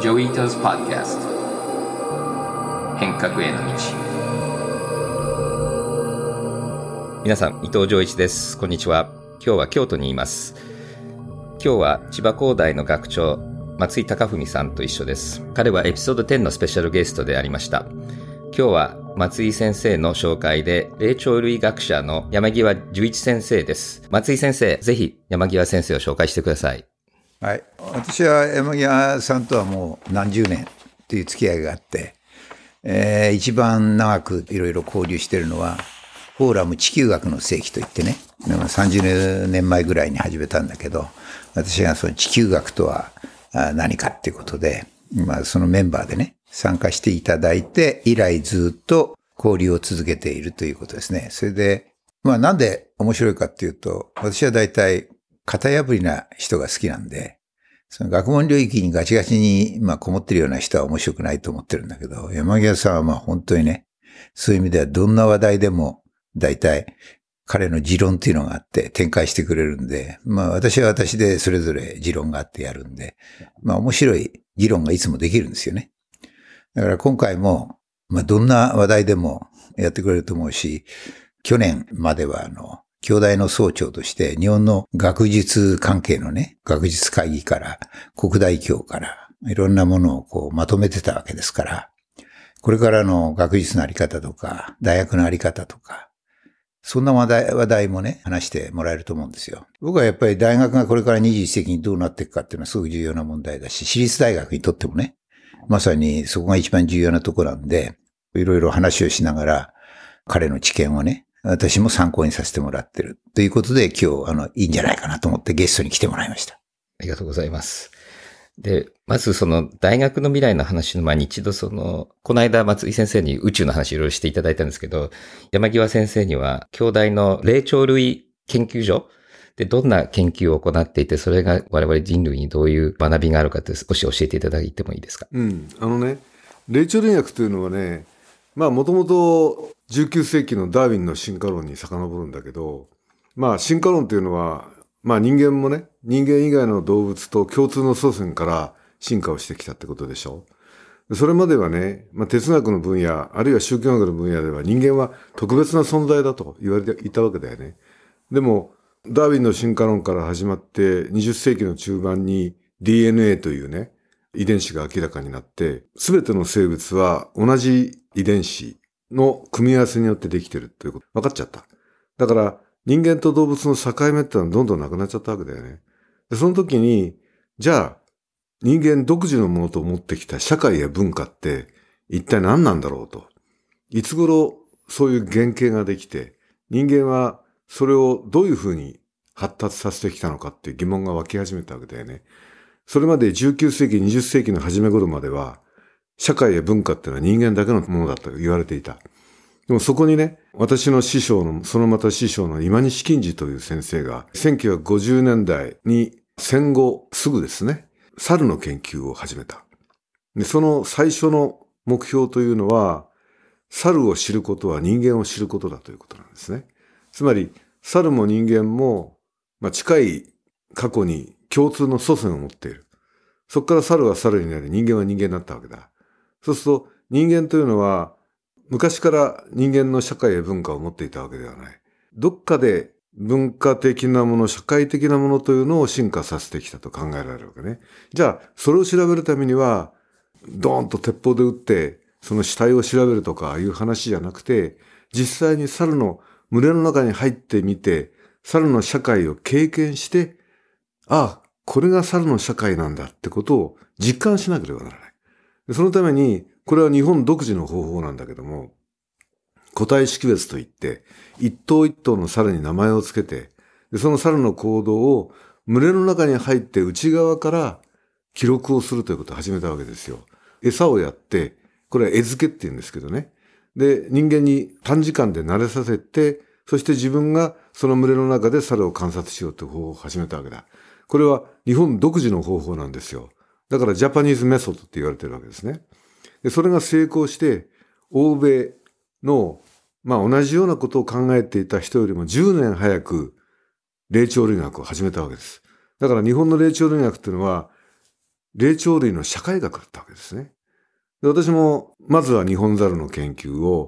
ジョイートズ・パッドキャスト変革への道。 皆さん、伊藤浄一です。こんにちは。今日は京都にいます。今日は千葉工大の学長松井孝文さんと一緒です。彼はエピソード10のスペシャルゲストでありました。今日は松井先生の紹介で霊長類学者の山際十一先生です。松井先生、ぜひ山際先生を紹介してください。 はい、私は山際さんとはもう何十年という付き合いがあって、一番長くいろいろ交流しているのはフォーラム地球学の世紀といってね、30年前ぐらいに始めたんだけど、私がその地球学とは何かっていうことで、そのメンバーでね参加していただいて以来ずっと交流を続けているということですね。それでなんで面白いかっていうと、私は大体型破りな人が好きなんで、その学問領域にガチガチにこもってるような人は面白くないと思ってるんだけど、山際さんは本当にね、そういう意味ではどんな話題でも大体彼の持論っていうのがあって展開してくれるんで、私は私でそれぞれ持論があってやるんで、面白い議論がいつもできるんですよね。だから今回もどんな話題でもやってくれると思うし、去年までは京大の総長として日本の学術関係のね、学術会議から国大協からいろんなものをまとめてたわけですから、これからの学術のあり方とか大学のあり方とか、そんな話題もね話してもらえると思うんですよ。僕はやっぱり大学がこれから21世紀にどうなっていくかっていうのはすごく重要な問題だし、私立大学にとってもね、まさにそこが一番重要なところなんで、いろいろ話をしながら彼の知見をね、私も参考にさせてもらってるということで、今日いいんじゃないかなと思ってゲストに来てもらいました。 ありがとうございます。で、まずその大学の未来の話の前に一度この間松井先生に宇宙の話いろいろしていただいたんですけど、山際先生には京大の霊長類研究所でどんな研究を行っていて、それが我々人類にどういう学びがあるかって少し教えていただいてもいいですか。 霊長類学というのはね、もともと19世紀のダーウィンの進化論に遡るんだけど、進化論というのは、人間もね、人間以外の動物と共通の祖先から進化をしてきたってことでしょ。それまではね、哲学の分野、あるいは宗教学の分野では人間は特別な存在だと言われていたわけだよね。でも、ダーウィンの進化論から始まって20世紀の中盤に DNA というね、遺伝子が明らかになって、すべての生物は同じ遺伝子の組み合わせによってできてるということ分かっちゃった。だから人間と動物の境目ってのはどんどんなくなっちゃったわけだよね。でその時に、じゃあ人間独自のものと思ってきた社会や文化って一体何なんだろうと。いつ頃そういう原型ができて、人間はそれをどういうふうに発達させてきたのかっていう疑問が湧き始めたわけだよね。それまで19世紀、20世紀の初め頃までは、社会や文化っていうのは人間だけのものだと言われていた。でもそこにね、私の師匠の、そのまた師匠の今西錦司という先生が、1950年代に戦後すぐですね、猿の研究を始めた。で、その最初の目標というのは、猿を知ることは人間を知ることだということなんですね。つまり、猿も人間も、近い過去に共通の祖先を持っている。そこから猿は猿になり、人間は人間になったわけだ。そうすると人間というのは昔から人間の社会や文化を持っていたわけではない。どっかで文化的なもの、社会的なものというのを進化させてきたと考えられるわけね。じゃあそれを調べるためにはドーンと鉄砲で撃ってその死体を調べるとかいう話じゃなくて、実際に猿の群れの中に入ってみて、猿の社会を経験して、これが猿の社会なんだってことを実感しなければならない。そのために、これは日本独自の方法なんだけども、個体識別といって、一頭一頭の猿に名前をつけて、その猿の行動を群れの中に入って内側から記録をするということを始めたわけですよ。餌をやって、これは餌付けって言うんですけどね。で、人間に短時間で慣れさせて、そして自分がその群れの中で猿を観察しようという方法を始めたわけだ。これは日本独自の方法なんですよ。だからジャパニーズメソッドって言われてるわけですね。で、それが成功して、欧米の、同じようなことを考えていた人よりも10年早く霊長類学を始めたわけです。だから日本の霊長類学っていうのは、 霊長類の社会学だったわけですね。で、私もまずはニホンザルの研究を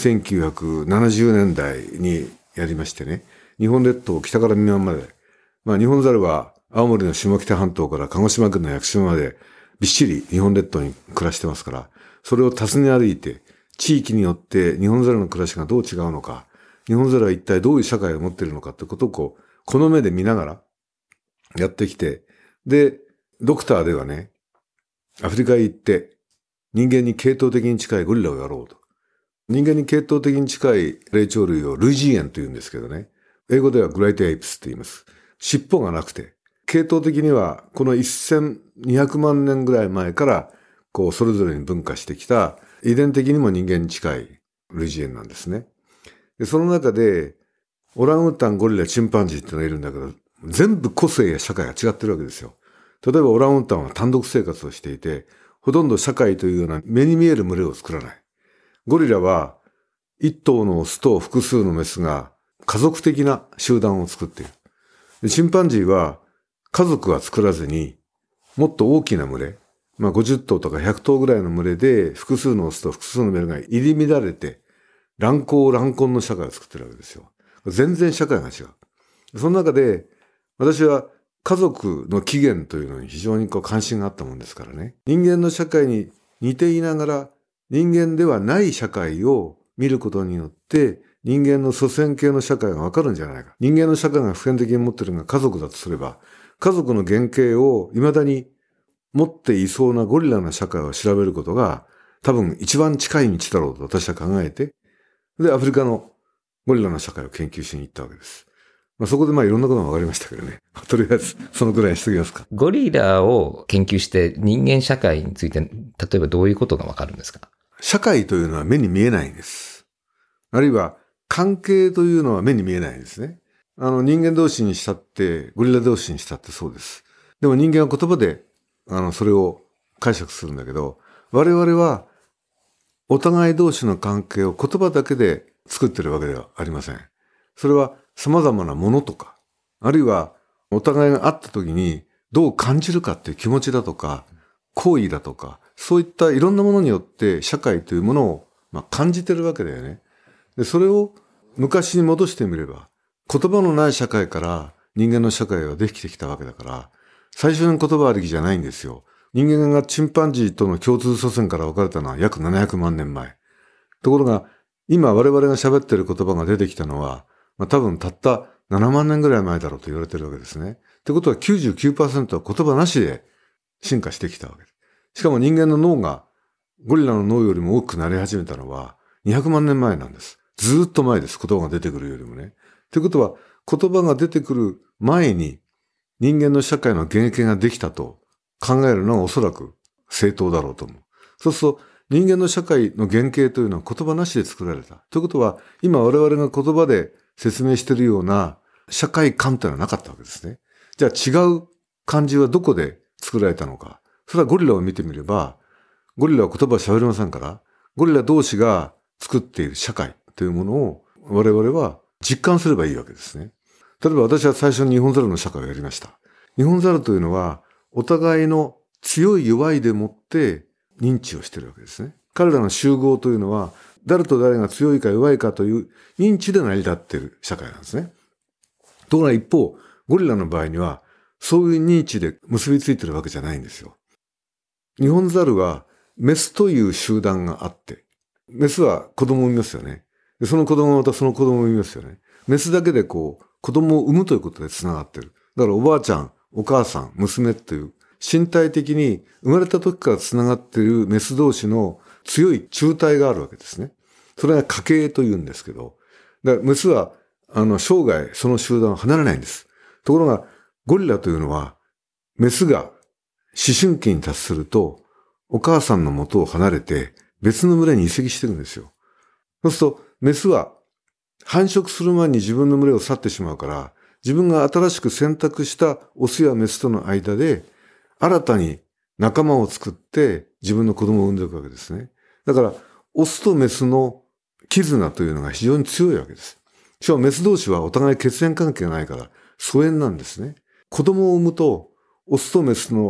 1970年代にやりましてね、日本列島北から南まで、ニホンザルは青森の下北半島から鹿児島県の屋久島までびっしり日本列島に暮らしてますから、それを訪ね歩いて、地域によってニホンザルの暮らしがどう違うのか、ニホンザルは一体どういう社会を持っているのかってことをこの目で見ながらやってきて、で、ドクターではね、アフリカへ行って人間に系統的に近いゴリラをやろうと。人間に系統的に近い霊長類を類人猿と言うんですけどね。英語ではグレートエイプスと言います。尻尾がなくて、系統的にはこの1200万年ぐらい前からそれぞれに分化してきた遺伝的にも人間に近い類人猿なんですね。で、その中でオランウータン、ゴリラ、チンパンジーっていうのがいるんだけど、全部個性や社会が違ってるわけですよ。例えばオランウータンは単独生活をしていて、ほとんど社会というような目に見える群れを作らない。ゴリラは一頭のオスと複数のメスが家族的な集団を作っている。で、チンパンジーは家族は作らずにもっと大きな群れ、50頭とか100頭ぐらいの群れで複数のオスと複数のメスが入り乱れて乱交乱婚の社会を作ってるわけですよ。全然社会が違う。その中で私は家族の起源というのに非常に関心があったもんですからね。人間の社会に似ていながら人間ではない社会を見ることによって人間の祖先系の社会がわかるんじゃないか。人間の社会が普遍的に持っているのが家族だとすれば、家族の原型を未だに持っていそうなゴリラの社会を調べることが多分一番近い道だろうと私は考えて、で、アフリカのゴリラの社会を研究しに行ったわけです。そこでいろんなことが分かりましたけどね。とりあえず、そのくらいにしときますか。 ゴリラを研究して人間社会について、例えばどういうことが分かるんですか？ 社会というのは目に見えないんです。あるいは関係というのは目に見えないんですね。人間同士にしたって、ゴリラ同士にしたってそうです。でも人間は言葉で、それを解釈するんだけど、我々はお互い同士の関係を言葉だけで作ってるわけではありません。それは様々なものとか、あるいはお互いが会った時にどう感じるかっていう気持ちだとか、行為だとか、そういったいろんなものによって社会というものを感じてるわけだよね。で、それを昔に戻してみれば、言葉のない社会から人間の社会ができてきたわけだから、最初の言葉ありきじゃないんですよ。人間がチンパンジーとの共通祖先から分かれたのは約700万年前。ところが、今我々が喋ってる言葉が出てきたのは、多分たった7万年ぐらい前だろうと言われてるわけですね。ってことは 99% は言葉なしで進化してきたわけです。しかも人間の脳がゴリラの脳よりも大きくなり始めたのは200万年前なんです。ずーっと前です。言葉が出てくるよりもね。ってことは言葉が出てくる前に人間の社会の原型ができたと考えるのがおそらく正当だろうと思う。そうすると人間の社会の原型というのは言葉なしで作られた。ということは今我々が言葉で説明しているような社会観というのはなかったわけですね。じゃあ違う漢字はどこで作られたのか。それはゴリラを見てみれば、ゴリラは言葉を喋りませんから、ゴリラ同士が作っている社会というものを我々は実感すればいいわけですね。例えば私は最初にニホンザルの社会をやりました。ニホンザルというのはお互いの強い弱いでもって認知をしているわけですね。彼らの集合というのは誰と誰が強いか弱いかという認知で成り立っている社会なんですね。ところが一方、ゴリラの場合にはそういう認知で結びついているわけじゃないんですよ。ニホンザルはメスという集団があって、メスは子供を産みますよね。でその子供がまたその子供を産みますよね。メスだけで子供を産むということで繋がっている。だからおばあちゃん、お母さん、娘という身体的に生まれた時から繋がっているメス同士の強い中体があるわけですね。それが家系というんですけど、だからメスは生涯その集団を離れないんです。ところがゴリラというのはメスが思春期に達するとお母さんの元を離れて別の群れに移籍してるんですよ。そうするとメスは繁殖する前に自分の群れを去ってしまうから、自分が新しく選択したオスやメスとの間で新たに仲間を作って自分の子供を産んでいくわけですね。だからオスとメスの絆というのが非常に強いわけです。しかもメス同士はお互い血縁関係がないから疎遠なんですね。子供を産むとオスとメスの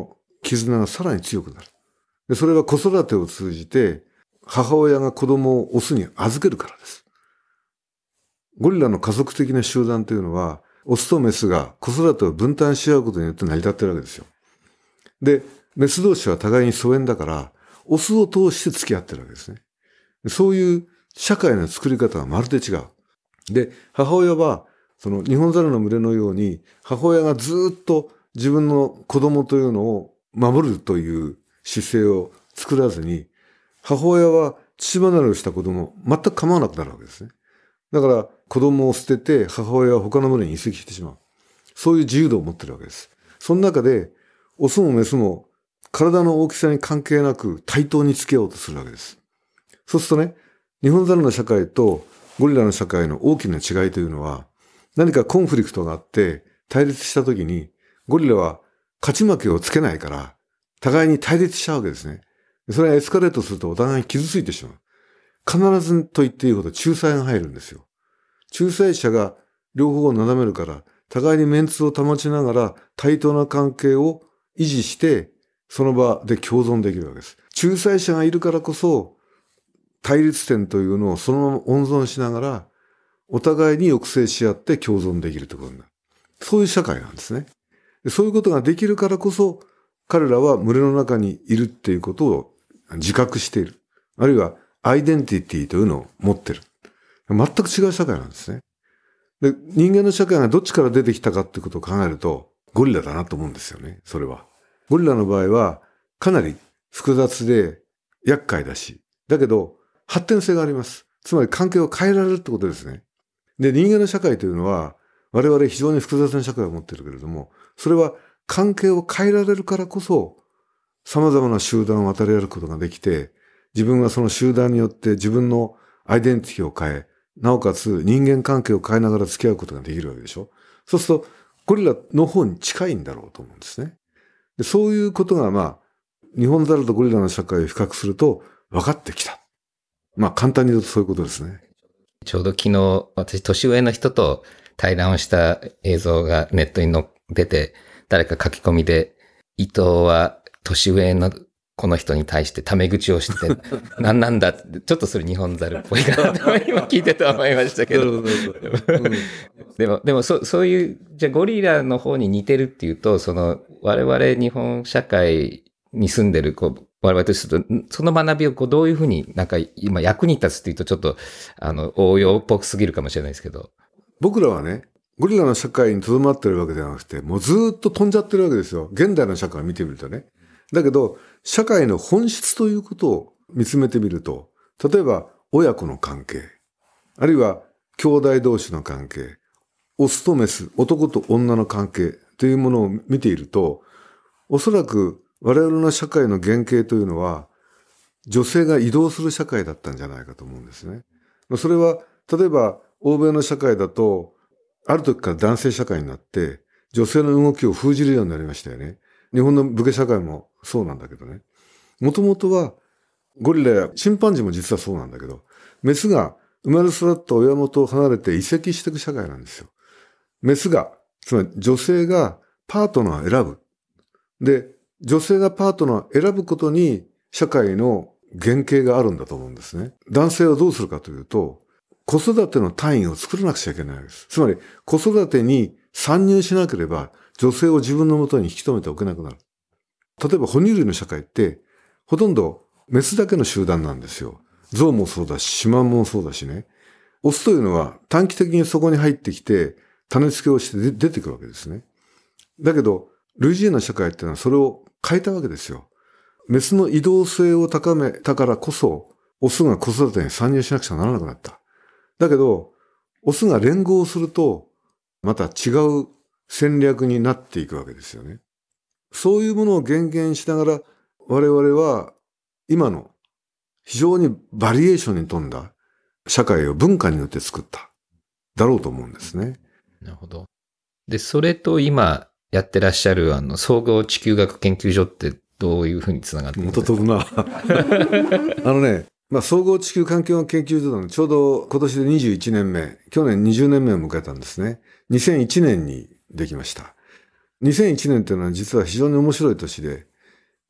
絆がさらに強くなる。で、それは子育てを通じて、母親が子供をオスに預けるからです。ゴリラの家族的な集団というのは、オスとメスが子育てを分担し合うことによって成り立っているわけですよ。で、メス同士は互いに疎遠だから、オスを通して付き合ってるわけですね。そういう社会の作り方はまるで違う。で、母親は、そのニホンザルの群れのように、母親がずっと自分の子供というのを守るという姿勢を作らずに、母親は乳離れをした子供を全く構わなくなるわけですね。だから子供を捨てて母親は他の群れに移籍してしまう。そういう自由度を持っているわけです。その中で、オスもメスも体の大きさに関係なく対等に付き合おうとするわけです。そうするとね、ニホンザルの社会とゴリラの社会の大きな違いというのは、何かコンフリクトがあって対立したときに、ゴリラは勝ち負けをつけないから、互いに対立しちゃうわけですね。それがエスカレートするとお互いに傷ついてしまう。必ずと言っていいほど仲裁が入るんですよ。仲裁者が両方をなだめるから、互いにメンツを保ちながら対等な関係を維持して、その場で共存できるわけです。仲裁者がいるからこそ、対立点というのをそのまま温存しながら、お互いに抑制し合って共存できるということになる。そういう社会なんですね。そういうことができるからこそ、彼らは群れの中にいるっていうことを自覚している。あるいはアイデンティティというのを持っている。全く違う社会なんですね。で、人間の社会がどっちから出てきたかっていうことを考えると、ゴリラだなと思うんですよね、それは。ゴリラの場合は、かなり複雑で厄介だし、だけど発展性があります。つまり関係を変えられるってことですね。で、人間の社会というのは、我々非常に複雑な社会を持っているけれども、それは関係を変えられるからこそ、様々な集団を渡り歩くことができて、自分はその集団によって自分のアイデンティティを変え、なおかつ人間関係を変えながら付き合うことができるわけでしょ。そうすると、ゴリラの方に近いんだろうと思うんですね。で、そういうことがニホンザルとゴリラの社会を比較すると分かってきた。簡単に言うとそういうことですね。 ちょうど昨日、私、年上の人と対談をした映像がネットに載ってて、誰か書き込みで、伊藤は年上のこの人に対してタメ口をしてて、何なんだって、ちょっとそれ日本猿っぽいかなと今聞いてて思いましたけど。でもそういう、じゃあゴリラの方に似てるっていうと、我々日本社会に住んでる我々とすると、その学びをどういうふうに今役に立つっていうとちょっと応用っぽくすぎるかもしれないですけど。 僕らはね、ゴリラの社会に留まってるわけではなくて、もうずっと飛んじゃってるわけですよ。現代の社会を見てみるとね。だけど、社会の本質ということを見つめてみると、例えば親子の関係、あるいは兄弟同士の関係、オスとメス、男と女の関係というものを見ていると、おそらく我々の社会の原型というのは、女性が移動する社会だったんじゃないかと思うんですね。それは、例えば欧米の社会だと、ある時から男性社会になって、女性の動きを封じるようになりましたよね。日本の武家社会もそうなんだけどね。もともとは、ゴリラやチンパンジーも実はそうなんだけど、メスが生まれ育った親元を離れて移籍していく社会なんですよ。メスが、つまり女性がパートナーを選ぶ。で、女性がパートナーを選ぶことに社会の原型があるんだと思うんですね。男性はどうするかというと、子育ての単位を作らなくちゃいけないわけです。つまり、子育てに参入しなければ、女性を自分のもとに引き止めておけなくなる。例えば、哺乳類の社会って、ほとんどメスだけの集団なんですよ。象もそうだし、シマウマもそうだしね。オスというのは短期的にそこに入ってきて、種付けをして出てくるわけですね。だけど、類人猿の社会っていうのはそれを変えたわけですよ。メスの移動性を高めたからこそ、オスが子育てに参入しなくちゃならなくなった。だけど、オスが連合すると、また違う戦略になっていくわけですよね。そういうものを減減しながら、我々は今の非常にバリエーションに富んだ社会を文化によって作っただろうと思うんですね。 なるほど。で、それと今やってらっしゃる総合地球学研究所ってどういうふうにつながってるんですか？ 元飛ぶな。総合地球環境研究所のちょうど今年で21年目、去年20年目を迎えたんですね。2001年にできました。2001年というのは実は非常に面白い年で、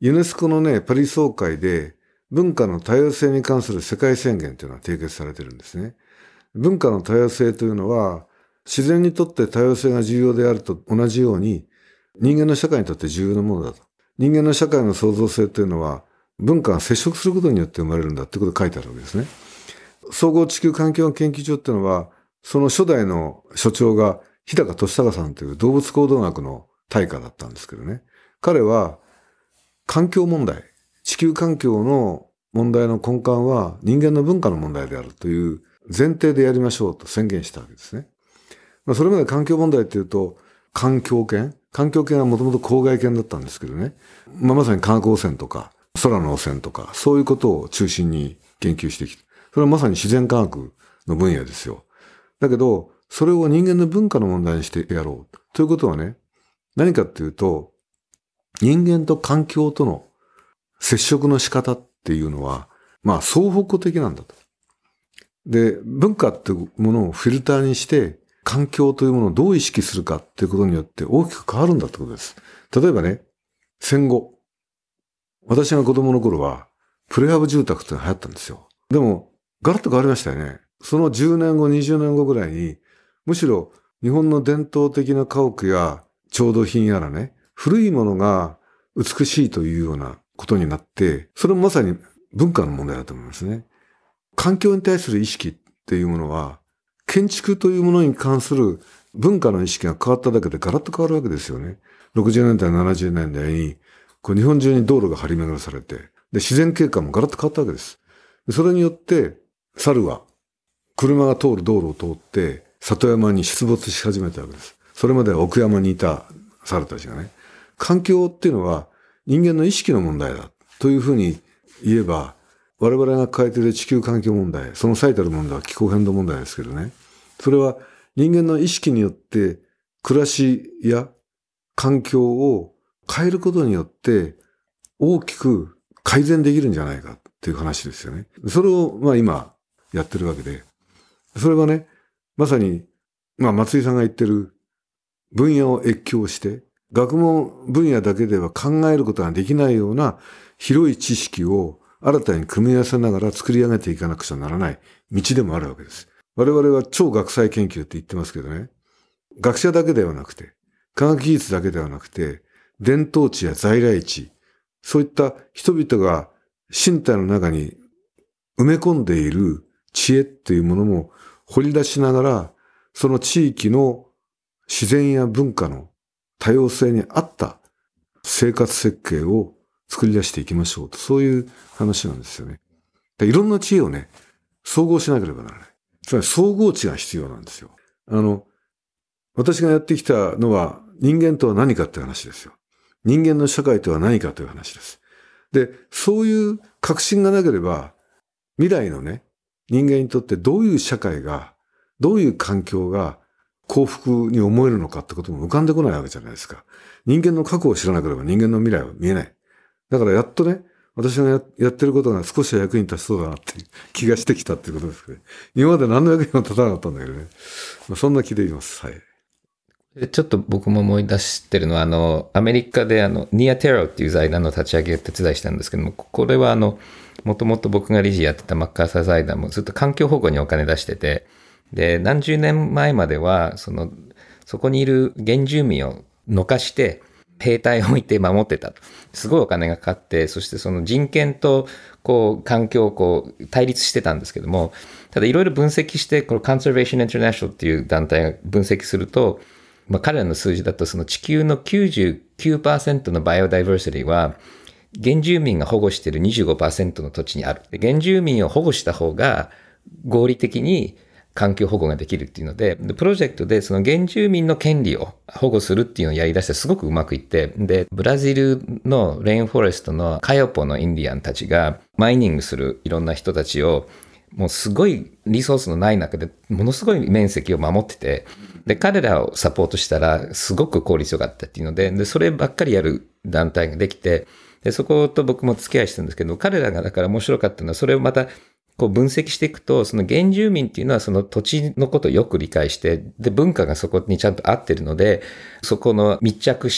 ユネスコのね、パリ総会で文化の多様性に関する世界宣言というのは締結されてるんですね。文化の多様性というのは、自然にとって多様性が重要であると同じように、人間の社会にとって重要なものだと。人間の社会の創造性というのは、文化が接触することによって生まれるんだということが書いてあるわけですね。総合地球環境研究所っていうのは、その初代の所長が日高俊孝さんという動物行動学の大家だったんですけどね。彼は環境問題、地球環境の問題の根幹は人間の文化の問題であるという前提でやりましょうと宣言したわけですね。それまで環境問題っていうと、環境権はもともと公害権だったんですけどね。まさに化学汚染とか空の汚染とかそういうことを中心に研究してきて、それはまさに自然科学の分野ですよ。だけど、それを人間の文化の問題にしてやろう。ということはね、何かっていうと、人間と環境との接触の仕方っていうのは、双方向的なんだと。で、文化っていうものをフィルターにして、環境というものをどう意識するかっていうことによって大きく変わるんだってことです。例えばね、戦後、私が子供の頃は、プレハブ住宅ってのが流行ったんですよ。でも、ガラッと変わりましたよね。その10年後、20年後ぐらいに、むしろ日本の伝統的な家屋や調度品やらね、古いものが美しいというようなことになって、それもまさに文化の問題だと思いますね。環境に対する意識っていうものは、建築というものに関する文化の意識が変わっただけでガラッと変わるわけですよね。60年代、70年代に、日本中に道路が張り巡らされて、で、自然景観もガラッと変わったわけです。それによって、猿は車が通る道路を通って里山に出没し始めたわけです。それまでは奥山にいた猿たちがね。環境っていうのは人間の意識の問題だというふうに言えば、我々が抱えている地球環境問題、その最たる問題は気候変動問題ですけどね。それは人間の意識によって暮らしや環境を変えることによって大きく改善できるんじゃないかっていう話ですよね。それを今やってるわけで、それはね、まさに松井さんが言ってる分野を越境して、学問分野だけでは考えることができないような広い知識を新たに組み合わせながら作り上げていかなくちゃならない道でもあるわけです。我々は超学際研究って言ってますけどね、学者だけではなくて、科学技術だけではなくて、伝統地や在来地、そういった人々が身体の中に埋め込んでいる知恵っていうものも掘り出しながら、その地域の自然や文化の多様性に合った生活設計を作り出していきましょうと、そういう話なんですよね。で、いろんな知恵をね、総合しなければならない。つまり総合値が必要なんですよ。私がやってきたのは人間とは何かっていう話ですよ。人間の社会とは何かという話です。で、そういう確信がなければ、未来のね、人間にとってどういう社会が、どういう環境が幸福に思えるのかってことも浮かんでこないわけじゃないですか。人間の過去を知らなければ人間の未来は見えない。だからやっとね、私がやってることが少しは役に立ちそうだなっていう気がしてきたっていうことですけど、今まで何の役にも立たなかったんだけどね。そんな気でいます。はい。 ちょっと僕も思い出してるのは、アメリカでニアテロっていう財団の立ち上げを手伝いしたんですけども、これはもともと僕が理事やってたマッカーサー財団もずっと環境保護にお金出してて、で、何十年前までは、そこにいる原住民をのかして、兵隊を置いて守ってたと。すごいお金がかかって、そしてその人権と、環境を対立してたんですけども、ただいろいろ分析して、この Conservation International っていう団体が分析すると、彼らの数字だとその地球の 99% のバイオダイバーシティは原住民が保護している 25% の土地にある。で、原住民を保護した方が合理的に環境保護ができるっていうので、プロジェクトでその原住民の権利を保護するっていうのをやり出してすごくうまくいって、で、ブラジルのレインフォレストのカヨポのインディアンたちがマイニングするいろんな人たちをもうすごいリソースのない中でものすごい面積を守ってて、で、彼らをサポートしたらすごく効率よかったっていうので、で、そればっかりやる団体ができて、で、そこと僕も付き合いしてるんですけど、彼らがだから面白かったのは、それをまた分析していくと、その原住民っていうのはその土地のことをよく理解して、で、文化がそこにちゃんと合ってるので、そこの密着した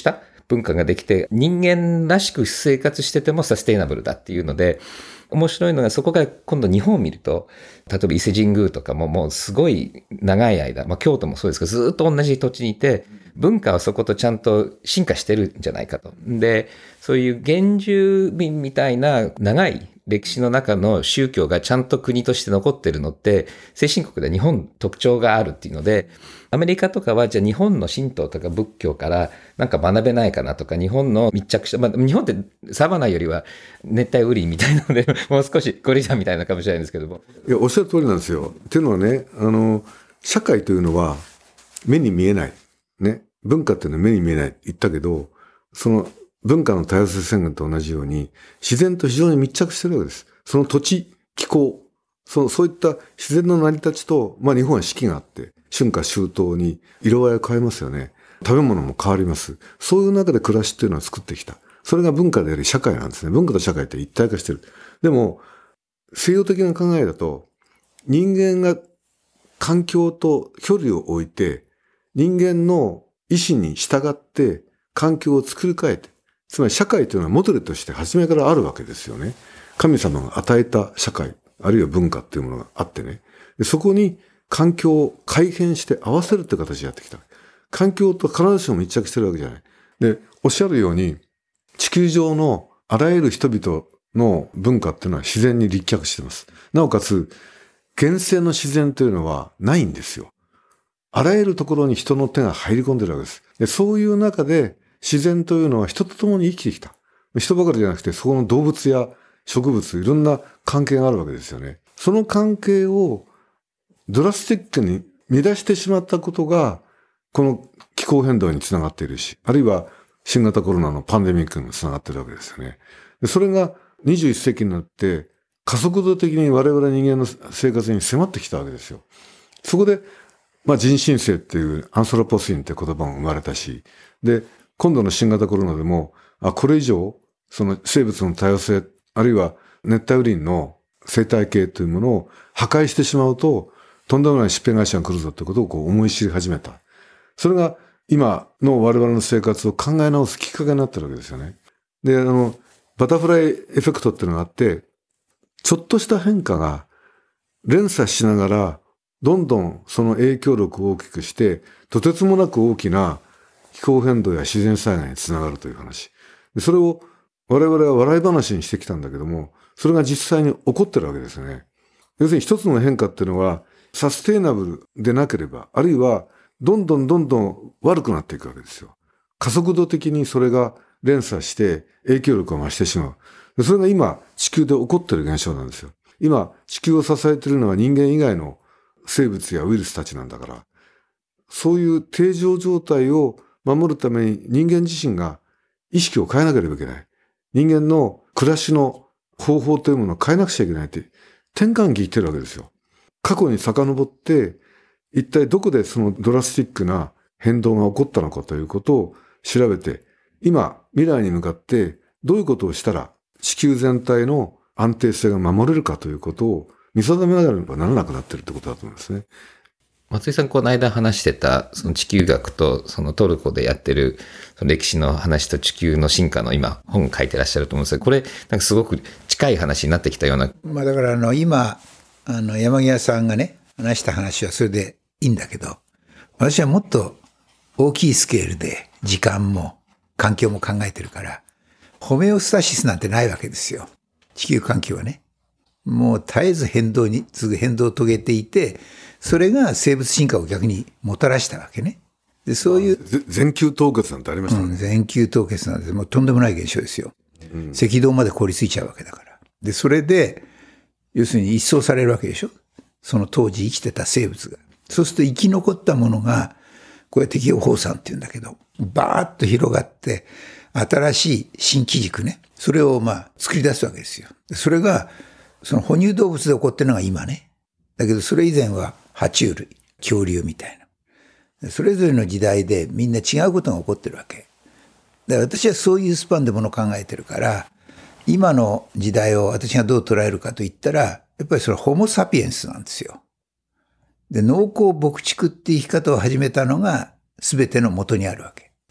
文化ができて、人間らしく生活しててもサステイナブルだっていうので、面白いのがそこが今度日本を見ると、例えば伊勢神宮とかももうすごい長い間、京都もそうですけど、ずっと同じ土地にいて、文化はそことちゃんと進化してるんじゃないかと。で、そういう原住民みたいな長い歴史の中の宗教がちゃんと国として残ってるのって、先進国で日本特徴があるっていうので、アメリカとかはじゃあ日本の神道とか仏教からなんか学べないかなとか、日本の密着した、日本ってサバナよりは熱帯雨林みたいなので、もう少しゴリラみたいなかもしれないんですけども。 いや、おっしゃる通りなんですよ。っていうのはね、社会というのは目に見えない。ね。文化っていうのは目に見えないって言ったけど、その文化の多様性宣言と同じように、自然と非常に密着してるわけです。その土地、気候、そういった自然の成り立ちと、日本は四季があって、春夏秋冬に色合いを変えますよね。食べ物も変わります。そういう中で暮らしっていうのを作ってきた。それが文化であり社会なんですね。文化と社会って一体化してる。でも、西洋的な考えだと、人間が環境と距離を置いて、人間の意思に従って環境を作り変えて、つまり社会というのはモデルとして初めからあるわけですよね。神様が与えた社会、あるいは文化っていうものがあってね。でそこに環境を改変して合わせるって形でやってきた。環境と必ずしも密着してるわけじゃない。で、おっしゃるように、地球上のあらゆる人々の文化っていうのは自然に立脚しています。なおかつ、現世の自然というのはないんですよ。あらゆるところに人の手が入り込んでるわけです。で、そういう中で自然というのは人と共に生きてきた。人ばかりじゃなくて、そこの動物や植物、いろんな関係があるわけですよね。その関係をドラスティックに乱してしまったことが、この気候変動につながっているし、あるいは新型コロナのパンデミックにもつながっているわけですよね。でそれが21世紀になって加速度的に我々人間の生活に迫ってきたわけですよ。そこで、人新世っていうアンソロポシンって言葉も生まれたし、で、今度の新型コロナでも、これ以上、その生物の多様性、あるいは熱帯雨林の生態系というものを破壊してしまうと、とんでもない疾病会社が来るぞということを思い知り始めた。それが今の我々の生活を考え直すきっかけになってるわけですよね。で、バタフライエフェクトっていうのがあって、ちょっとした変化が連鎖しながら、どんどんその影響力を大きくして、とてつもなく大きな気候変動や自然災害につながるという話。でそれを我々は笑い話にしてきたんだけども、それが実際に起こってるわけですよね。要するに一つの変化っていうのは、サステイナブルでなければ、あるいはどんどん悪くなっていくわけですよ。加速度的にそれが連鎖して影響力を増してしまう。それが今地球で起こっている現象なんですよ。今地球を支えているのは人間以外の生物やウイルスたちなんだから、そういう定常状態を守るために人間自身が意識を変えなければいけない。人間の暮らしの方法というものを変えなくちゃいけないって転換期言ってるわけですよ。過去に遡って一体どこでそのドラスティックな変動が起こったのかということを調べて、今未来に向かってどういうことをしたら地球全体の安定性が守れるかということを見定めなければならなくなっているということだと思いますね。 松井さん、この間話してた、その地球学と、そのトルコでやってる、その歴史の話と地球の進化の今、本書いてらっしゃると思うんですけど、これ、なんかすごく近い話になってきたような。 だから今、山際さんがね、話した話はそれでいいんだけど、私はもっと大きいスケールで時間も環境も考えてるから、ホメオスタシスなんてないわけですよ。地球環境はね。もう絶えず変動に次ぐ変動を遂げていて、それが生物進化を逆にもたらしたわけね。で、そういう。 全球凍結なんてありましたね。 全球凍結なんてもうとんでもない現象ですよ。赤道まで凍りついちゃうわけだから。で、それで、要するに一掃されるわけでしょ。その当時生きてた生物が。そうすると生き残ったものが、これ適応放散って言うんだけど、バーッと広がって、新しい新機軸ね。それを作り出すわけですよ。それが、その哺乳動物で起こってるのが今ね。だけどそれ以前は爬虫類、恐竜みたいな。それぞれの時代でみんな違うことが起こってるわけ。だから私はそういうスパンでものを考えてるから、今の時代を私がどう捉えるかと言ったら、やっぱりそれはホモサピエンスなんですよ。で、農耕牧畜っていう生き方を始めたのが全ての元にあるわけ。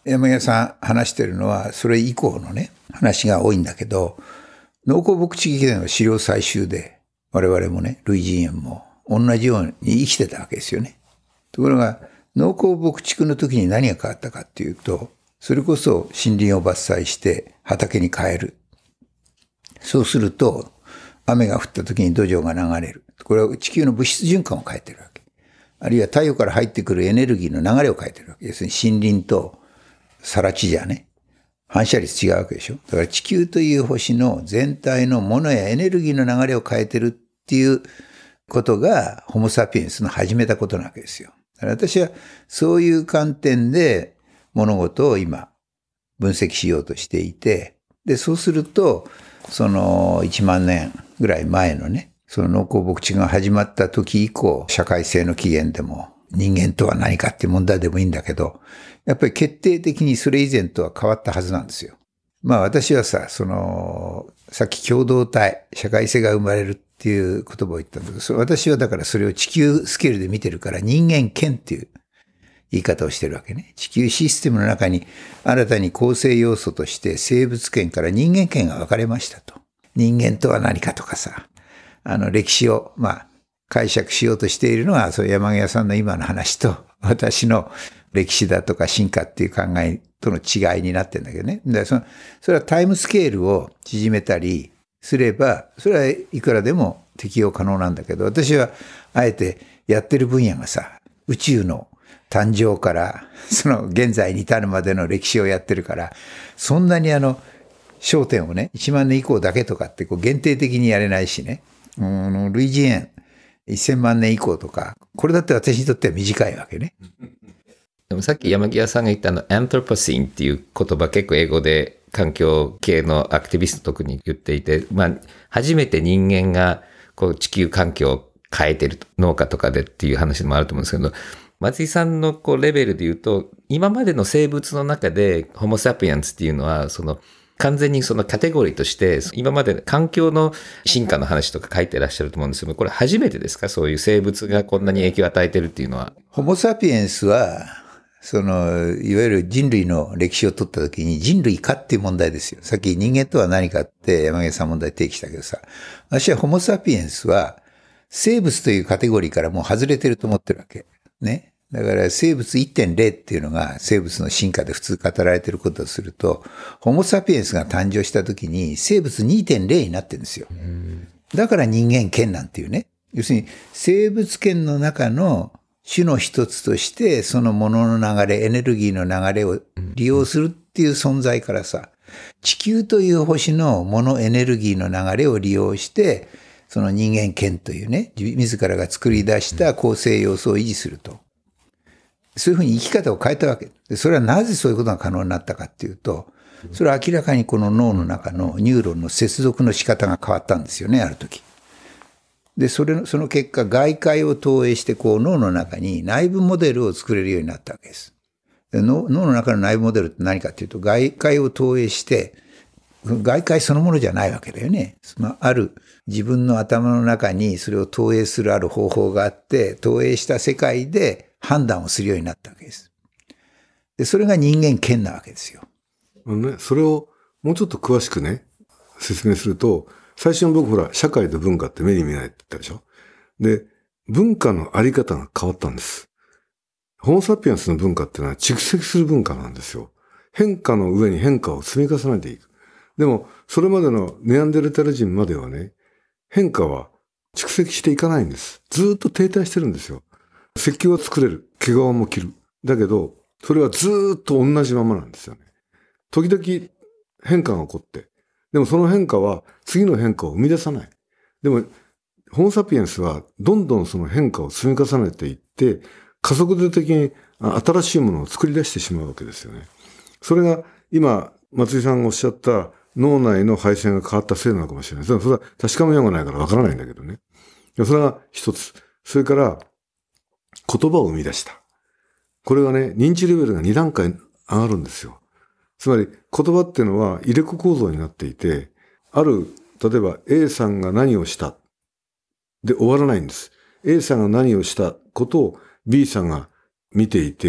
山際さん話してるのは、それ以降のね、話が多いんだけど、農耕牧地議会の資料採集で、我々もね、類人猿も同じように生きてたわけですよね。ところが、農耕牧畜の時に何が変わったかっていうと、それこそ森林を伐採して畑に変える。そうすると、雨が降った時に土壌が流れる。これは地球の物質循環を変えてるわけ。あるいは太陽から入ってくるエネルギーの流れを変えてるわけ。要するに森林と更地じゃね、反射率違うわけでしょ。だから地球という星の全体のものやエネルギーの流れを変えてるっていうことがホモサピエンスの始めたことなわけですよ。だから私はそういう観点で物事を今分析しようとしていて、で、そうすると、その1万年ぐらい前のね、その農耕牧地が始まった時以降、社会性の起源でも人間とは何かっていう問題でもいいんだけど、やっぱり決定的にそれ以前とは変わったはずなんですよ。まあ私はさ、さっき共同体、社会性が生まれるっていう言葉を言ったんだけど、私はだからそれを地球スケールで見てるから人間圏っていう言い方をしてるわけね。地球システムの中に新たに構成要素として生物圏から人間圏が分かれましたと。人間とは何かとかさ、歴史を解釈しようとしているのは、そう山際さんの今の話と私の歴史だとか進化っていう考えとの違いになってるんだけどね。それはタイムスケールを縮めたりすれば、それはいくらでも適用可能なんだけど、私はあえてやってる分野がさ、宇宙の誕生からその現在に至るまでの歴史をやってるから、そんなに焦点をね、1万年以降だけとかって限定的にやれないしね、類人猿1000万年以降とか、これだって私にとっては短いわけね。 でもさっき山際さんが言ったアントロポシンっていう言葉、結構英語で環境系のアクティビスト特に言っていて、初めて人間が地球環境を変えてる農家とかでっていう話もあると思うんですけど、松井さんのレベルで言うと、今までの生物の中でホモサピエンスっていうのは完全にそのカテゴリーとして今まで環境の進化の話とか書いてらっしゃると思うんですけど、これ初めてですか？そういう生物がこんなに影響を与えてるっていうのは。 ホモサピエンスは、いわゆる人類の歴史を取ったときに人類かっていう問題ですよ。さっき人間とは何かって山際さん問題提起したけどさ、私はホモサピエンスは生物というカテゴリーからもう外れてると思ってるわけ。ね。だから生物 1.0 っていうのが生物の進化で普通語られてることをすると、ホモサピエンスが誕生した時に生物 2.0 になってるんですよ。だから人間圏なんていうね。要するに生物圏の中の種の一つとしてそのものの流れ、エネルギーの流れを利用するっていう存在からさ、地球という星のものエネルギーの流れを利用して、その人間圏というね、自らが作り出した構成要素を維持すると。そういうふうに生き方を変えたわけで、それはなぜそういうことが可能になったかっていうと、それは明らかにこの脳の中のニューロンの接続の仕方が変わったんですよね、ある時。で、その結果、外界を投影して脳の中に内部モデルを作れるようになったわけです。で脳の中の内部モデルって何かっていうと、外界を投影して、外界そのものじゃないわけだよね。ある自分の頭の中にそれを投影するある方法があって、投影した世界で判断をするようになったわけです。で、それが人間圏なわけですよ。 それをもうちょっと詳しくね、説明すると、最初に僕社会と文化って目に見えないって言ったでしょ。で、文化のあり方が変わったんです。ホモサピエンスの文化っていうのは蓄積する文化なんですよ。変化の上に変化を積み重ねていく。でも、それまでのネアンデルタル人まではね、変化は蓄積していかないんです。ずっと停滞してるんですよ。石器は作れる。毛皮も着る。だけど、それはずっと同じままなんですよね。時々変化が起こって。でもその変化は次の変化を生み出さない。でも、ホモサピエンスはどんどんその変化を積み重ねていって、加速度的に新しいものを作り出してしまうわけですよね。それが今、松井さんがおっしゃった脳内の配線が変わったせいなのかもしれない。それは確かめようがないからわからないんだけどね。それが一つ。それから、言葉を生み出した。これはね、認知レベルが2段階上がるんですよ。つまり、言葉っていうのは入れ子構造になっていて、例えば A さんが何をしたで終わらないんです。A さんが何をしたことを B さんが見ていて、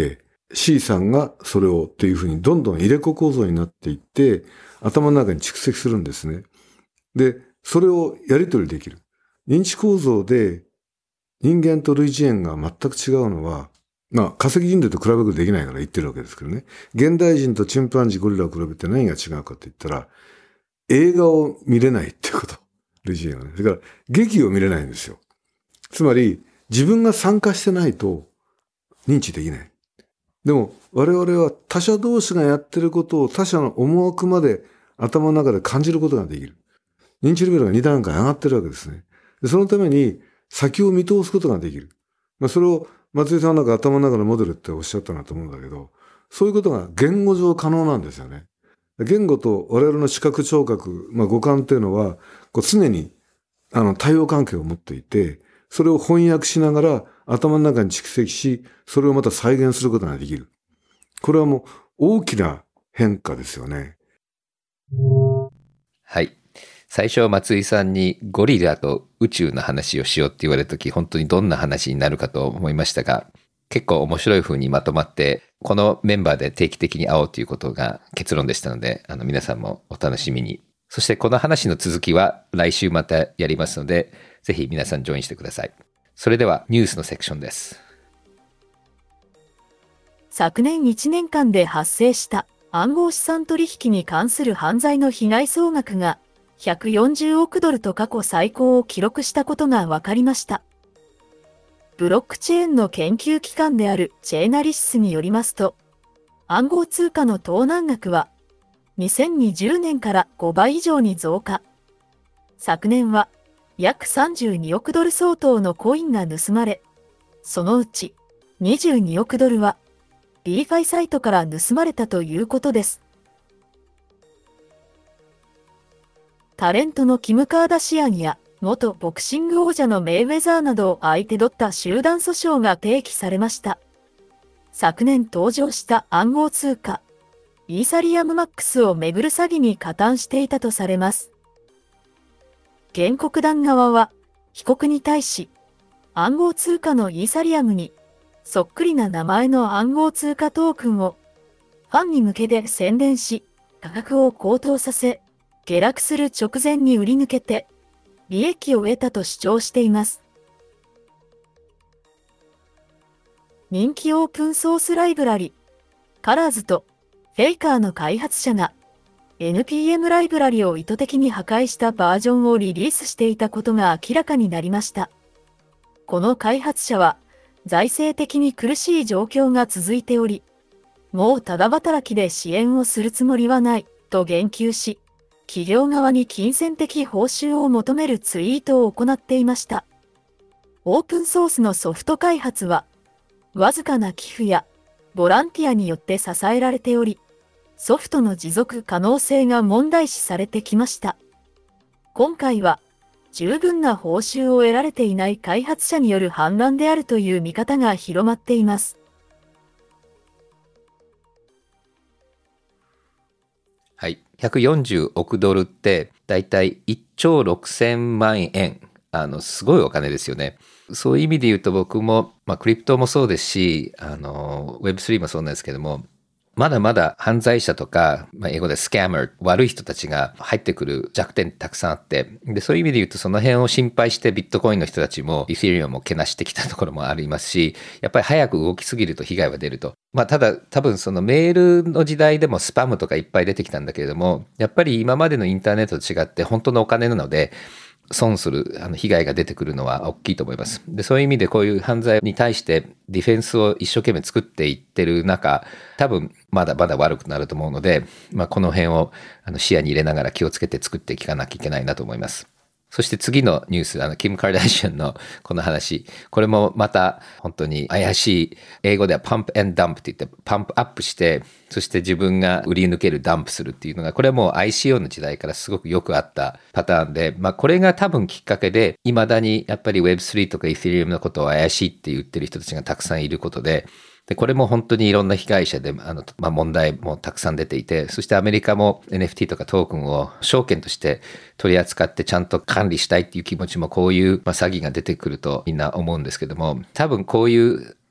C さんがそれをっていうふうにどんどん入れ子構造になっていって、頭の中に蓄積するんですね。で、それをやり取りできる。認知構造で人間と類人猿が全く違うのは、化石人類と比べることできないから言ってるわけですけどね。現代人とチンパンジー、ゴリラを比べて何が違うかって言ったら、映画を見れないってこと。類人猿はね。それから劇を見れないんですよ。つまり、自分が参加してないと認知できない。でも、我々は他者同士がやってることを他者の思惑まで頭の中で感じることができる。認知レベルが2段階上がってるわけですね。でそのために先を見通すことができる。それを松井さんなんか頭の中のモデルっておっしゃったなと思うんだけど、そういうことが言語上可能なんですよね。言語と我々の視覚聴覚、五感っていうのは常に対応関係を持っていて、それを翻訳しながら頭の中に蓄積し、それをまた再現することができる。これはもう大きな変化ですよね。 はい。最初松井さんにゴリラと宇宙の話をしようって言われたとき、本当にどんな話になるかと思いましたが、結構面白い風にまとまって、このメンバーで定期的に会おうということが結論でしたので、皆さんもお楽しみに。そしてこの話の続きは来週またやりますので、ぜひ皆さんジョインしてください。それではニュースのセクションです。 昨年1年間で発生した暗号資産取引に関する犯罪の被害総額が140億ドルと過去最高を記録したことが分かりました。ブロックチェーンの研究機関であるチェーナリシスによりますと、暗号通貨の盗難額は2020年から5倍以上に増加。昨年は約32億ドル相当のコインが盗まれ、そのうち22億ドルはDeFiサイトから盗まれたということです。タレントのキム・カーダシアンや元ボクシング王者のメイウェザーなどを相手取った集団訴訟が提起されました。昨年登場した暗号通貨、イーサリアムマックスをめぐる詐欺に加担していたとされます。原告団側は被告に対し、暗号通貨のイーサリアムにそっくりな名前の暗号通貨トークンをファンに向けて宣伝し、価格を高騰させ、下落する直前に売り抜けて、利益を得たと主張しています。人気オープンソースライブラリ、カラーズとフェイカーの開発者が NPM ライブラリを意図的に破壊したバージョンをリリースしていたことが明らかになりました。この開発者は財政的に苦しい状況が続いており、もうただ働きで支援をするつもりはないと言及し、企業側に金銭的報酬を求めるツイートを行っていました。オープンソースのソフト開発は、わずかな寄付やボランティアによって支えられており、ソフトの持続可能性が問題視されてきました。今回は、十分な報酬を得られていない開発者による反乱であるという見方が広まっています。 はい。140億ドルってだいたい1兆6000万円。すごいお金ですよね。そういう意味で言うと僕も、クリプトもそうですし、Web3 もそうなんですけども、まだまだ犯罪者とか、英語でスキャマー、悪い人たちが入ってくる弱点たくさんあって、で、そういう意味で言うとその辺を心配してビットコインの人たちもイーサリアムもけなしてきたところもありますし、やっぱり早く動きすぎると被害は出ると。ただ多分そのメールの時代でもスパムとかいっぱい出てきたんだけれども、やっぱり今までのインターネットと違って本当のお金なので、損する被害が出てくるのは大きいと思います。で、そういう意味でこういう犯罪に対してディフェンスを一生懸命作っていってる中、多分まだまだ悪くなると思うので、この辺を視野に入れながら気をつけて作っていかなきゃいけないなと思います。そして次のニュース、キム・カーダシアンのこの話、これもまた本当に怪しい、英語ではパンプ&ダンプって言って、パンプアップして、そして自分が売り抜ける、ダンプするっていうのが、これはもう ICO の時代からすごくよくあったパターンで、これが多分きっかけで、未だにやっぱり Web3 とか Ethereum のことを怪しいって言ってる人たちがたくさんいることで、これも本当にいろんな被害者で、問題もたくさん出ていて、そしてアメリカも NFT とかトークンを証券として取り扱ってちゃんと管理したいっていう気持ちもこういう詐欺が出てくるとみんな思うんですけども、多分こういう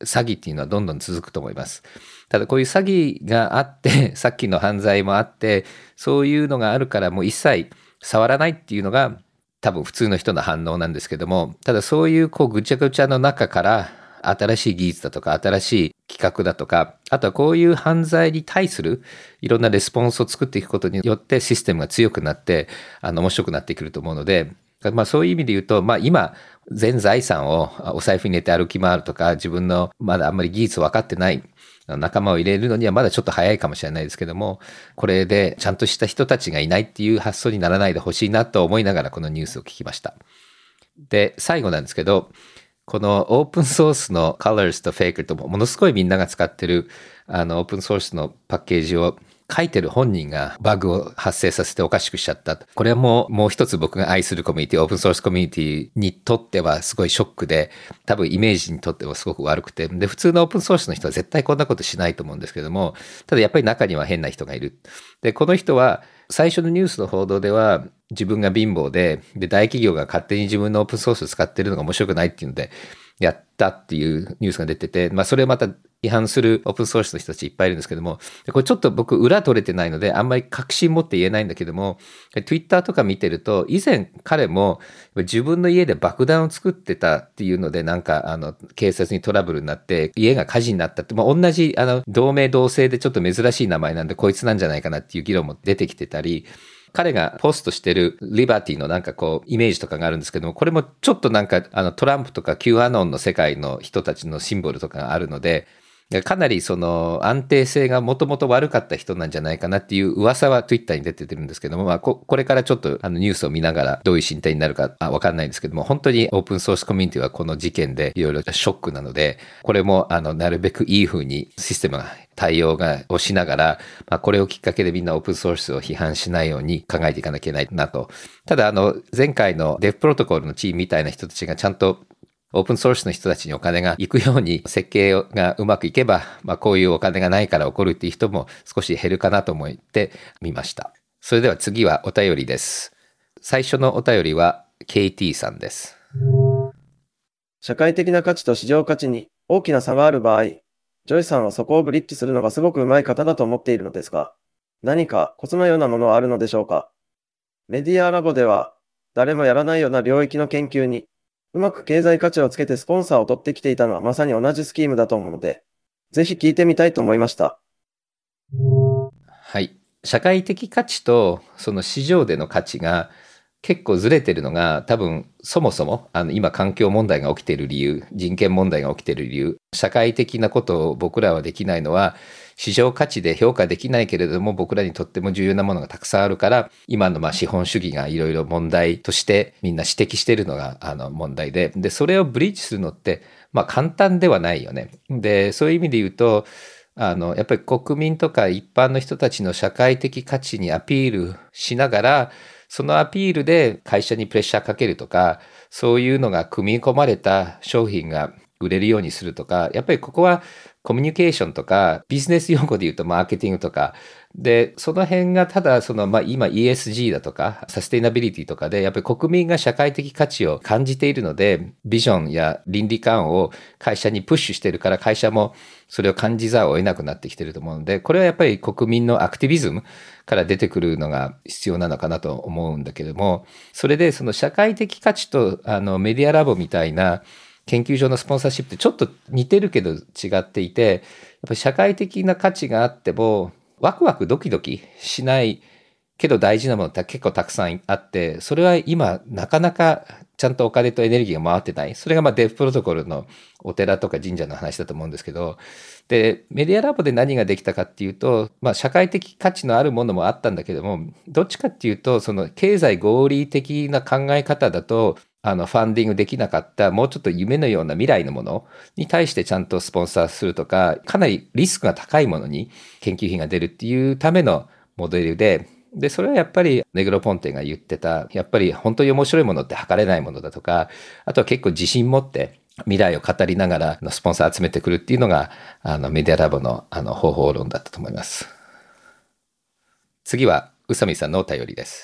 詐欺っていうのはどんどん続くと思います。ただこういう詐欺があって、さっきの犯罪もあって、そういうのがあるからもう一切触らないっていうのが多分普通の人の反応なんですけども、ただそういうぐちゃぐちゃの中から新しい技術だとか新しい企画だとか、あとはこういう犯罪に対するいろんなレスポンスを作っていくことによってシステムが強くなって面白くなってくると思うので、そういう意味で言うと、今全財産をお財布に入れて歩き回るとか、自分のまだあんまり技術分かってない仲間を入れるのにはまだちょっと早いかもしれないですけども、これでちゃんとした人たちがいないっていう発想にならないでほしいなと思いながらこのニュースを聞きました。で、最後なんですけど、このオープンソースの Colors と Faker とものすごいみんなが使ってるオープンソースのパッケージを書いてる本人がバグを発生させておかしくしちゃった。これはもう一つ僕が愛するコミュニティ、オープンソースコミュニティにとってはすごいショックで、多分イメージにとってはすごく悪くて、で、普通のオープンソースの人は絶対こんなことしないと思うんですけども、ただやっぱり中には変な人がいる。で、この人は最初のニュースの報道では自分が貧乏で、大企業が勝手に自分のオープンソースを使ってるのが面白くないっていうので、やったっていうニュースが出てて、それをまた違反するオープンソースの人たちいっぱいいるんですけども、これちょっと僕裏取れてないのであんまり確信持って言えないんだけども、Twitter とか見てると以前彼も自分の家で爆弾を作ってたっていうので警察にトラブルになって家が火事になったって、同じ同名同姓でちょっと珍しい名前なんでこいつなんじゃないかなっていう議論も出てきてたり、彼がポストしてるリバティのイメージとかがあるんですけども、これもちょっとトランプとか Q アノンの世界の人たちのシンボルとかがあるので、かなりその安定性がもともと悪かった人なんじゃないかなっていう噂は Twitter に出てるんですけども、これからちょっとニュースを見ながらどういう進展になるかわかんないんですけども、本当にオープンソースコミュニティはこの事件でいろいろショックなので、これもなるべくいい風にシステムが対応をしながら、これをきっかけでみんなオープンソースを批判しないように考えていかなきゃいけないなと。ただ前回のデフプロトコルのチームみたいな人たちがちゃんとオープンソースの人たちにお金が行くように設計がうまくいけば、こういうお金がないから起こるっていう人も少し減るかなと思ってみました。それでは次はお便りです。最初のお便りは KT さんです。 社会的な価値と市場価値に大きな差がある場合、ジョイさんはそこをブリッジするのがすごくうまい方だと思っているのですが、何かコツのようなものはあるのでしょうか？メディアラボでは誰もやらないような領域の研究にうまく経済価値をつけてスポンサーを取ってきていたのはまさに同じスキームだと思うので、ぜひ聞いてみたいと思いました。 はい。社会的価値とその市場での価値が結構ずれてるのが多分そもそも今環境問題が起きている理由、人権問題が起きている理由、社会的なことを僕らはできないのは市場価値で評価できないけれども僕らにとっても重要なものがたくさんあるから今の資本主義がいろいろ問題としてみんな指摘しているのが問題で、それをブリッジするのって簡単ではないよね。で、そういう意味で言うとやっぱり国民とか一般の人たちの社会的価値にアピールしながらそのアピールで会社にプレッシャーかけるとかそういうのが組み込まれた商品が売れるようにするとか、やっぱりここはコミュニケーションとかビジネス用語で言うとマーケティングとかで、その辺がただ今 ESG だとかサステイナビリティとかでやっぱり国民が社会的価値を感じているのでビジョンや倫理観を会社にプッシュしてるから会社もそれを感じざるを得なくなってきてると思うので、これはやっぱり国民のアクティビズムから出てくるのが必要なのかなと思うんだけども、それでその社会的価値とメディアラボみたいな研究所のスポンサーシップってちょっと似てるけど違っていて、やっぱり社会的な価値があってもワクワクドキドキしないけど大事なものって結構たくさんあって、それは今なかなかちゃんとお金とエネルギーが回ってない。それがデフプロトコルのお寺とか神社の話だと思うんですけど、でメディアラボで何ができたかっていうと、社会的価値のあるものもあったんだけども、どっちかっていうとその経済合理的な考え方だとファンディングできなかったもうちょっと夢のような未来のものに対してちゃんとスポンサーするとか、かなりリスクが高いものに研究費が出るっていうためのモデルで、それはやっぱりネグロポンテが言ってた、やっぱり本当に面白いものって測れないものだとか、あとは結構自信持って未来を語りながらスポンサー集めてくるっていうのがメディアラボの方法論だったと思います。次は宇佐美さんのお便りです。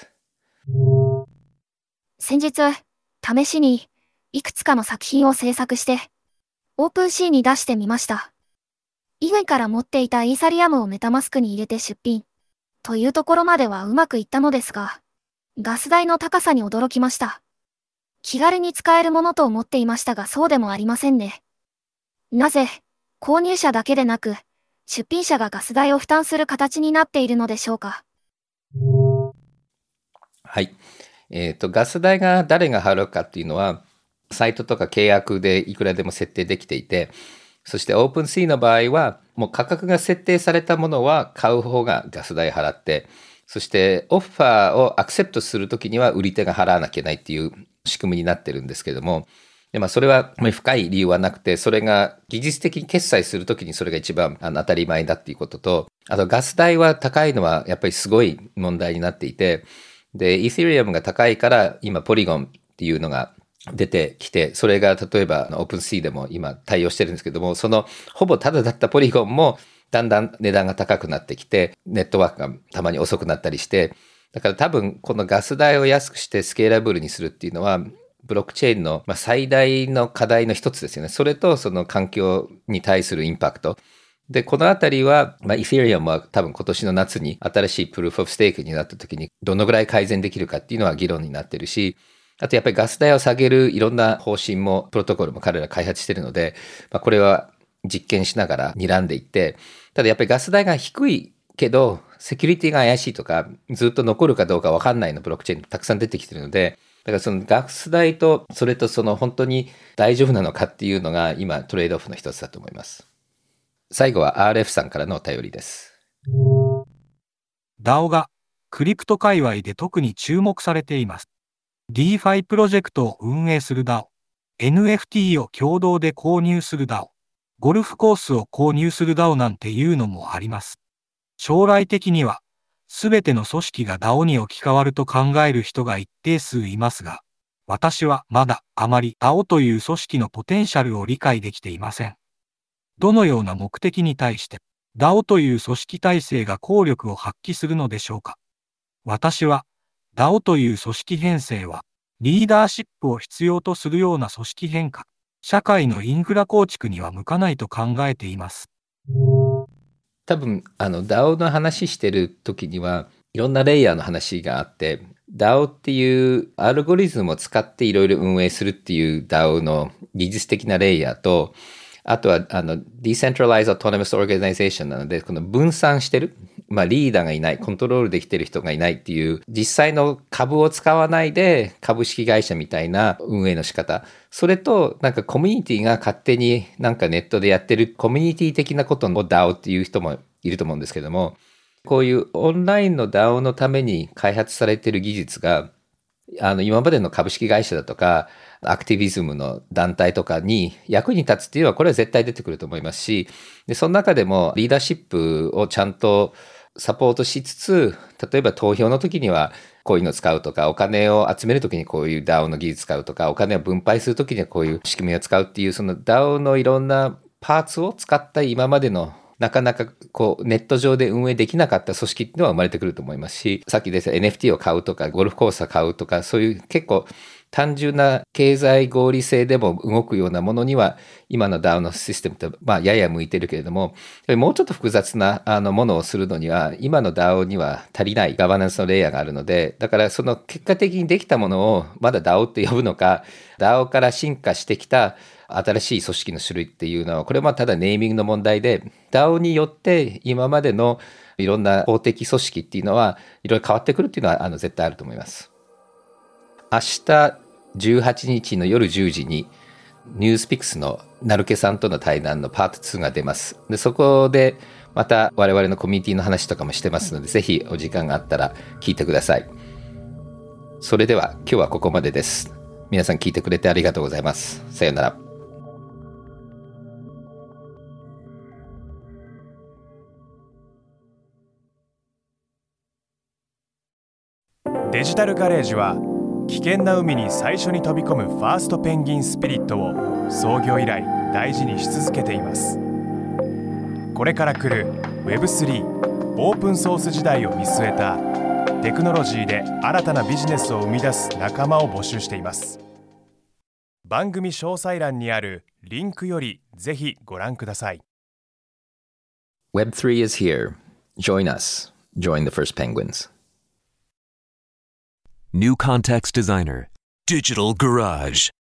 先日試しにいくつかの作品を制作してオープンシーに出してみました。以前から持っていたイーサリアムをメタマスクに入れて出品。というところまではうまくいったのですが、ガス代の高さに驚きました。気軽に使えるものと思っていましたがそうでもありませんね。なぜ、購入者だけでなく、出品者がガス代を負担する形になっているのでしょうか。 はい。ガス代が誰が払うかっていうのは、サイトとか契約でいくらでも設定できていて、そしてオープンシーの場合は、もう価格が設定されたものは買う方がガス代払って、そしてオファーをアクセプトするときには売り手が払わなきゃいけないっていう仕組みになってるんですけども、でそれは深い理由はなくて、それが技術的に決済するときにそれが一番当たり前だっていうことと、あとガス代は高いのはやっぱりすごい問題になっていて、で、イーサリアムが高いから今ポリゴンっていうのが出てきて、それが例えばオープンシーでも今対応してるんですけども、そのほぼタダだったポリゴンもだんだん値段が高くなってきて、ネットワークがたまに遅くなったりして、だから多分このガス代を安くしてスケーラブルにするっていうのは、ブロックチェーンの最大の課題の一つですよね。それとその環境に対するインパクト。で、このあたりは、イーサリアムは多分今年の夏に新しいプルーフオブステークになった時にどのぐらい改善できるかっていうのは議論になってるし、あとやっぱりガス代を下げるいろんな方針もプロトコルも彼ら開発してるので、これは実験しながら睨んでいって、ただやっぱりガス代が低いけどセキュリティが怪しいとかずっと残るかどうか分かんないのブロックチェーンたくさん出てきてるので、だからそのガス代とそれとその本当に大丈夫なのかっていうのが今トレードオフの一つだと思います。最後は RF さんからのお便りです。 DAO がクリプト界隈で特に注目されています。DeFi プロジェクトを運営する DAO、NFT を共同で購入する DAO、ゴルフコースを購入する DAO なんていうのもあります。将来的には、すべての組織が DAO に置き換わると考える人が一定数いますが、私はまだあまり DAO という組織のポテンシャルを理解できていません。どのような目的に対して、DAO という組織体制が効力を発揮するのでしょうか。私は、DAO という組織編成は、リーダーシップを必要とするような組織変革、社会のインフラ構築には向かないと考えています。 多分、DAO の話してる時には、いろんなレイヤーの話があって、DAO っていうアルゴリズムを使っていろいろ運営するっていう DAO の技術的なレイヤーと、あとは、Decentralized Autonomous Organization なので、この分散してる、リーダーがいない、コントロールできてる人がいないっていう、実際の株を使わないで株式会社みたいな運営の仕方。それと、コミュニティが勝手にネットでやってるコミュニティ的なことを DAO っていう人もいると思うんですけども、こういうオンラインの DAO のために開発されている技術が、今までの株式会社だとか、アクティビズムの団体とかに役に立つっていうのはこれは絶対出てくると思いますし、でその中でもリーダーシップをちゃんとサポートしつつ、例えば投票の時にはこういうのを使うとか、お金を集める時にこういう DAO の技術使うとか、お金を分配する時にはこういう仕組みを使うっていう、その DAO のいろんなパーツを使った今までのなかなかネット上で運営できなかった組織っていうのは生まれてくると思いますし、さっき出た NFT を買うとか、ゴルフコースを買うとか、そういう結構単純な経済合理性でも動くようなものには、今の DAO のシステムってやや向いてるけれども、もうちょっと複雑なものをするのには、今の DAO には足りないガバナンスのレイヤーがあるので、だからその結果的にできたものをまだ DAO って呼ぶのか、DAO から進化してきた新しい組織の種類っていうのは、これはただネーミングの問題で、DAO によって今までのいろんな法的組織っていうのはいろいろ変わってくるっていうのは絶対あると思います。明日18日の夜10時にニュースピックスの成毛さんとの対談のパート2が出ます。でそこでまた我々のコミュニティの話とかもしてますので、ぜひお時間があったら聞いてください。それでは今日はここまでです。皆さん聞いてくれてありがとうございます。さようなら。 デジタルガレージは危険な海に最初に飛び込むファーストペンギンスピリットを創業以来大事にし続けています。これから来る Web3 オープンソース時代を見据えたテクノロジーで新たなビジネスを生み出す仲間を募集しています。番組詳細欄にあるリンクよりぜひご覧ください。 Web3 is here. Join us. Join the first penguins. New Context Designer, Digital Garage.